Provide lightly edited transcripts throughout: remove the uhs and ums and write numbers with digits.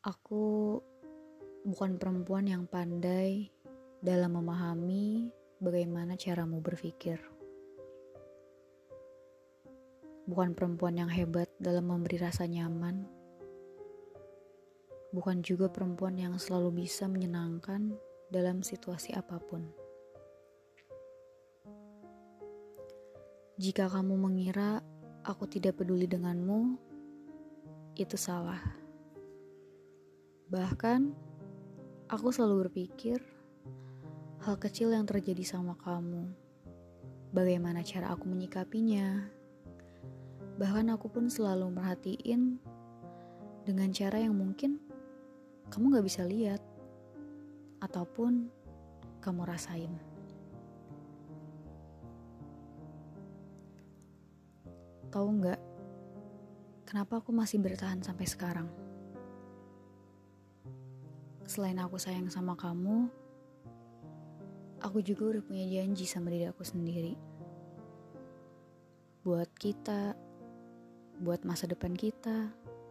Aku bukan perempuan yang pandai dalam memahami bagaimana caramu berpikir. Bukan perempuan yang hebat dalam memberi rasa nyaman. Bukan juga perempuan yang selalu bisa menyenangkan dalam situasi apapun. Jika kamu mengira aku tidak peduli denganmu, itu salah. Bahkan, aku selalu berpikir hal kecil yang terjadi sama kamu, bagaimana cara aku menyikapinya. Bahkan aku pun selalu merhatiin dengan cara yang mungkin kamu gak bisa lihat ataupun kamu rasain. Tahu gak, kenapa aku masih bertahan sampai sekarang? Selain aku sayang sama kamu, aku juga udah punya janji sama diri aku sendiri. Buat kita, buat masa depan kita.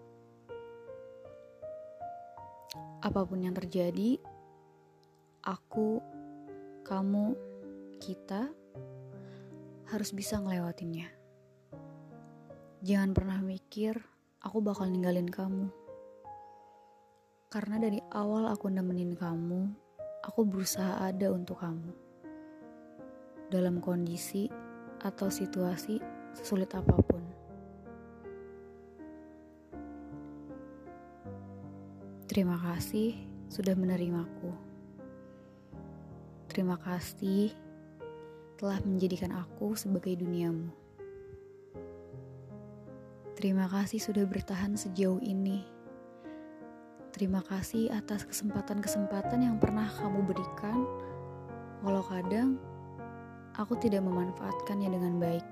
Apapun yang terjadi, aku, kamu, kita harus bisa ngelewatinnya. Jangan pernah mikir aku bakal ninggalin kamu. Karena dari awal aku nemenin kamu, aku berusaha ada untuk kamu. Dalam kondisi atau situasi sesulit apapun. Terima kasih sudah menerimaku. Terima kasih telah menjadikan aku sebagai duniamu. Terima kasih sudah bertahan sejauh ini. Terima kasih atas kesempatan-kesempatan yang pernah kamu berikan, walau kadang aku tidak memanfaatkannya dengan baik.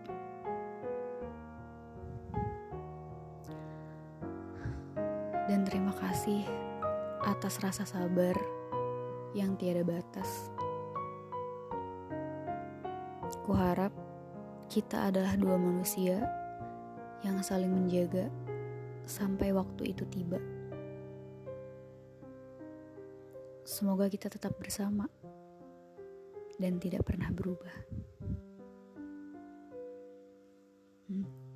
Dan terima kasih atas rasa sabar yang tiada batas. Kuharap kita adalah dua manusia yang saling menjaga sampai waktu itu tiba. Semoga kita tetap bersama dan tidak pernah berubah.